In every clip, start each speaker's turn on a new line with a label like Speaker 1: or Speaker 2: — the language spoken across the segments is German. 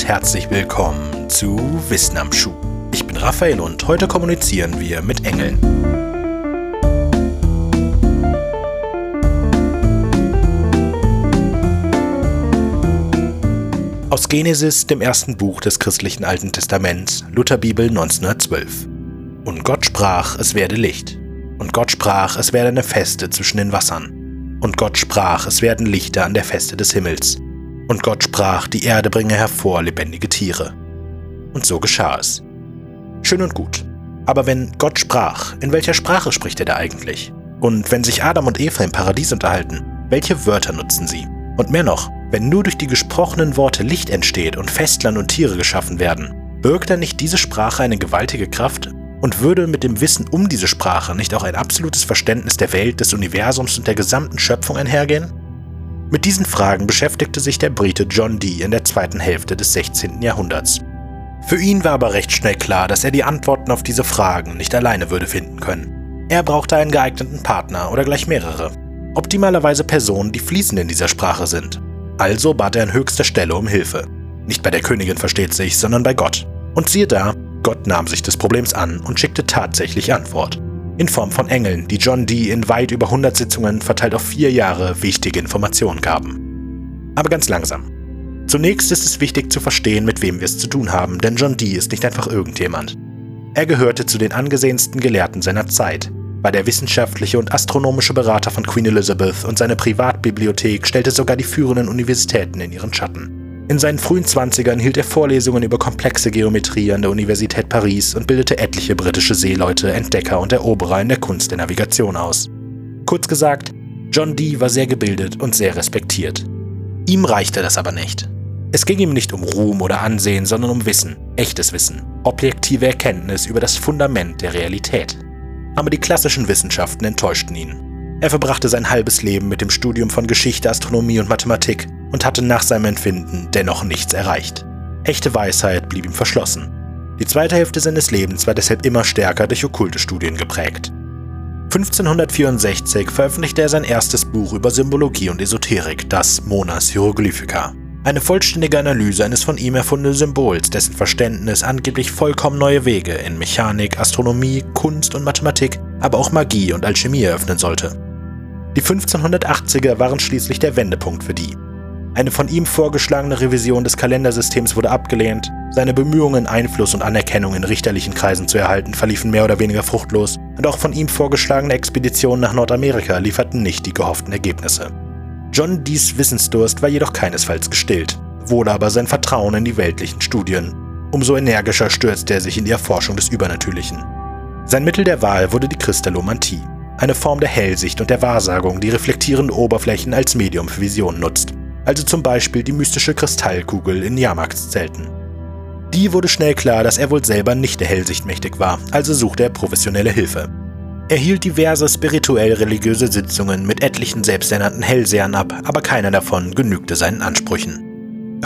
Speaker 1: herzlich willkommen zu Wissen am Schuh. Ich bin Raphael und heute kommunizieren wir mit Engeln. Aus Genesis, dem ersten Buch des christlichen Alten Testaments, Lutherbibel 1912. Und Gott sprach, es werde Licht. Und Gott sprach, es werde eine Feste zwischen den Wassern. Und Gott sprach, es werden Lichter an der Feste des Himmels. Und Gott sprach, die Erde bringe hervor lebendige Tiere. Und so geschah es. Schön und gut. Aber wenn Gott sprach, in welcher Sprache spricht er da eigentlich? Und wenn sich Adam und Eva im Paradies unterhalten, welche Wörter nutzen sie? Und mehr noch, wenn nur durch die gesprochenen Worte Licht entsteht und Festland und Tiere geschaffen werden, birgt dann nicht diese Sprache eine gewaltige Kraft? Und würde mit dem Wissen um diese Sprache nicht auch ein absolutes Verständnis der Welt, des Universums und der gesamten Schöpfung einhergehen? Mit diesen Fragen beschäftigte sich der Brite John Dee in der zweiten Hälfte des 16. Jahrhunderts. Für ihn war aber recht schnell klar, dass er die Antworten auf diese Fragen nicht alleine würde finden können. Er brauchte einen geeigneten Partner oder gleich mehrere. Optimalerweise Personen, die fließend in dieser Sprache sind. Also bat er an höchster Stelle um Hilfe. Nicht bei der Königin, versteht sich, sondern bei Gott. Und siehe da, Gott nahm sich des Problems an und schickte tatsächlich Antwort. In Form von Engeln, die John Dee in weit über 100 Sitzungen verteilt auf 4 Jahre wichtige Informationen gaben. Aber ganz langsam. Zunächst ist es wichtig zu verstehen, mit wem wir es zu tun haben, denn John Dee ist nicht einfach irgendjemand. Er gehörte zu den angesehensten Gelehrten seiner Zeit, war der wissenschaftliche und astronomische Berater von Queen Elizabeth und seine Privatbibliothek stellte sogar die führenden Universitäten in ihren Schatten. In seinen frühen 20ern hielt er Vorlesungen über komplexe Geometrie an der Universität Paris und bildete etliche britische Seeleute, Entdecker und Eroberer in der Kunst der Navigation aus. Kurz gesagt, John Dee war sehr gebildet und sehr respektiert. Ihm reichte das aber nicht. Es ging ihm nicht um Ruhm oder Ansehen, sondern um Wissen, echtes Wissen, objektive Erkenntnis über das Fundament der Realität. Aber die klassischen Wissenschaften enttäuschten ihn. Er verbrachte sein halbes Leben mit dem Studium von Geschichte, Astronomie und Mathematik und hatte nach seinem Empfinden dennoch nichts erreicht. Echte Weisheit blieb ihm verschlossen. Die zweite Hälfte seines Lebens war deshalb immer stärker durch okkulte Studien geprägt. 1564 veröffentlichte er sein erstes Buch über Symbologie und Esoterik, das Monas Hieroglyphica. Eine vollständige Analyse eines von ihm erfundenen Symbols, dessen Verständnis angeblich vollkommen neue Wege in Mechanik, Astronomie, Kunst und Mathematik, aber auch Magie und Alchemie eröffnen sollte. Die 1580er waren schließlich der Wendepunkt für Dee. Eine von ihm vorgeschlagene Revision des Kalendersystems wurde abgelehnt, seine Bemühungen, Einfluss und Anerkennung in richterlichen Kreisen zu erhalten, verliefen mehr oder weniger fruchtlos und auch von ihm vorgeschlagene Expeditionen nach Nordamerika lieferten nicht die gehofften Ergebnisse. John Dees Wissensdurst war jedoch keinesfalls gestillt, wohl aber sein Vertrauen in die weltlichen Studien. Umso energischer stürzte er sich in die Erforschung des Übernatürlichen. Sein Mittel der Wahl wurde die Kristallomantie, eine Form der Hellsicht und der Wahrsagung, die reflektierende Oberflächen als Medium für Visionen nutzt, also zum Beispiel die mystische Kristallkugel in Jahrmarktszelten. Dee wurde schnell klar, dass er wohl selber nicht der Hellsicht mächtig war, also suchte er professionelle Hilfe. Er hielt diverse spirituell-religiöse Sitzungen mit etlichen selbsternannten Hellsehern ab, aber keiner davon genügte seinen Ansprüchen.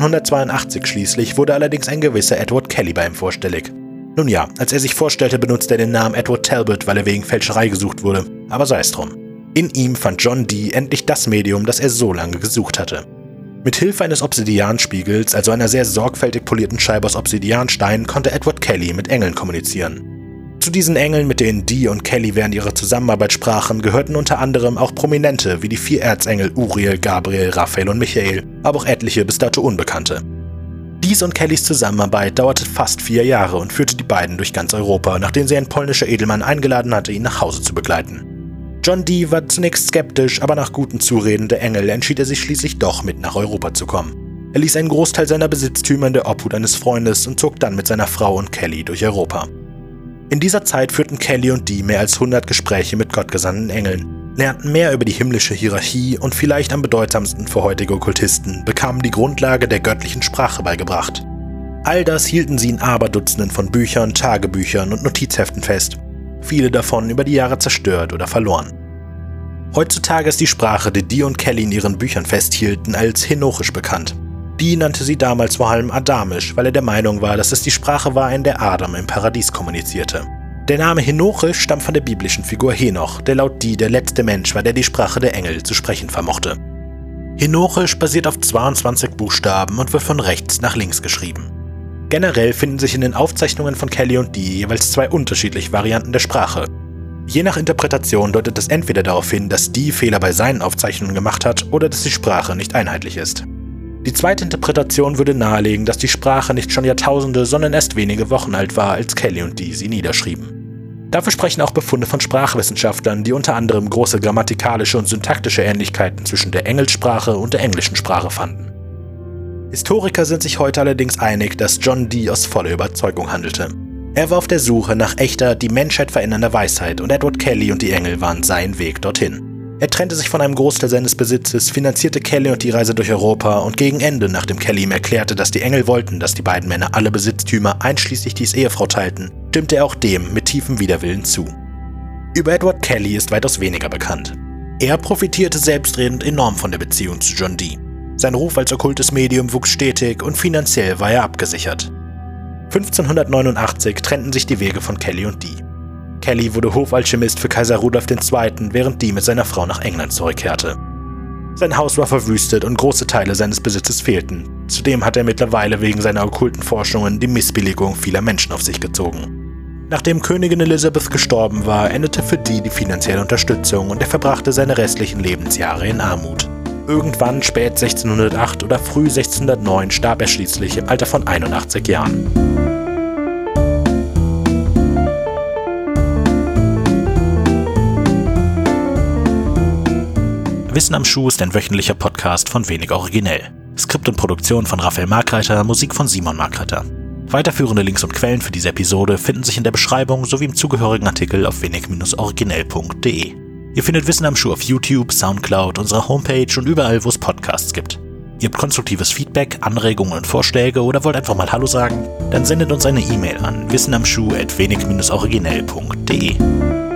Speaker 1: 1582 schließlich wurde allerdings ein gewisser Edward Kelly bei ihm vorstellig. Nun ja, als er sich vorstellte, benutzte er den Namen Edward Talbot, weil er wegen Fälscherei gesucht wurde, aber sei es drum. In ihm fand John Dee endlich das Medium, das er so lange gesucht hatte. Mit Hilfe eines Obsidianspiegels, also einer sehr sorgfältig polierten Scheibe aus Obsidianstein, konnte Edward Kelly mit Engeln kommunizieren. Zu diesen Engeln, mit denen Dee und Kelly während ihrer Zusammenarbeit sprachen, gehörten unter anderem auch Prominente wie die 4 Erzengel Uriel, Gabriel, Raphael und Michael, aber auch etliche bis dato Unbekannte. Dees und Kellys Zusammenarbeit dauerte fast 4 Jahre und führte die beiden durch ganz Europa, nachdem sie ein polnischer Edelmann eingeladen hatte, ihn nach Hause zu begleiten. John Dee war zunächst skeptisch, aber nach guten Zureden der Engel entschied er sich schließlich doch mit nach Europa zu kommen. Er ließ einen Großteil seiner Besitztümer in der Obhut eines Freundes und zog dann mit seiner Frau und Kelly durch Europa. In dieser Zeit führten Kelly und Dee mehr als 100 Gespräche mit gottgesandten Engeln, lernten mehr über die himmlische Hierarchie und vielleicht am bedeutsamsten für heutige Okkultisten bekamen die Grundlage der göttlichen Sprache beigebracht. All das hielten sie in Aberdutzenden von Büchern, Tagebüchern und Notizheften fest, viele davon über die Jahre zerstört oder verloren. Heutzutage ist die Sprache, die Dee und Kelly in ihren Büchern festhielten, als henochisch bekannt. Dee nannte sie damals vor allem adamisch, weil er der Meinung war, dass es die Sprache war, in der Adam im Paradies kommunizierte. Der Name Henochisch stammt von der biblischen Figur Henoch, der laut Dee der letzte Mensch war, der die Sprache der Engel zu sprechen vermochte. Henochisch basiert auf 22 Buchstaben und wird von rechts nach links geschrieben. Generell finden sich in den Aufzeichnungen von Kelly und Dee jeweils 2 unterschiedliche Varianten der Sprache. Je nach Interpretation deutet es entweder darauf hin, dass Dee Fehler bei seinen Aufzeichnungen gemacht hat oder dass die Sprache nicht einheitlich ist. Die zweite Interpretation würde nahelegen, dass die Sprache nicht schon Jahrtausende, sondern erst wenige Wochen alt war, als Kelly und Dee sie niederschrieben. Dafür sprechen auch Befunde von Sprachwissenschaftlern, die unter anderem große grammatikalische und syntaktische Ähnlichkeiten zwischen der Engelssprache und der englischen Sprache fanden. Historiker sind sich heute allerdings einig, dass John Dee aus voller Überzeugung handelte. Er war auf der Suche nach echter, die Menschheit verändernder Weisheit und Edward Kelly und die Engel waren sein Weg dorthin. Er trennte sich von einem Großteil seines Besitzes, finanzierte Kelly und die Reise durch Europa und gegen Ende, nachdem Kelly ihm erklärte, dass die Engel wollten, dass die beiden Männer alle Besitztümer einschließlich Dees Ehefrau teilten, stimmte er auch dem mit tiefem Widerwillen zu. Über Edward Kelly ist weitaus weniger bekannt. Er profitierte selbstredend enorm von der Beziehung zu John Dee. Sein Ruf als okkultes Medium wuchs stetig und finanziell war er abgesichert. 1589 trennten sich die Wege von Kelly und Dee. Kelly wurde Hofalchemist für Kaiser Rudolf II., während Dee mit seiner Frau nach England zurückkehrte. Sein Haus war verwüstet und große Teile seines Besitzes fehlten. Zudem hat er mittlerweile wegen seiner okkulten Forschungen die Missbilligung vieler Menschen auf sich gezogen. Nachdem Königin Elizabeth gestorben war, endete für Dee die finanzielle Unterstützung und er verbrachte seine restlichen Lebensjahre in Armut. Irgendwann spät 1608 oder früh 1609 starb er schließlich im Alter von 81 Jahren. Wissen am Schuh ist ein wöchentlicher Podcast von Wenig Originell. Skript und Produktion von Raphael Markreiter, Musik von Simon Markreiter. Weiterführende Links und Quellen für diese Episode finden sich in der Beschreibung sowie im zugehörigen Artikel auf wenig-originell.de. Ihr findet Wissen am Schuh auf YouTube, Soundcloud, unserer Homepage und überall, wo es Podcasts gibt. Ihr habt konstruktives Feedback, Anregungen und Vorschläge oder wollt einfach mal Hallo sagen? Dann sendet uns eine E-Mail an wissenamschuh@wenig-originell.de.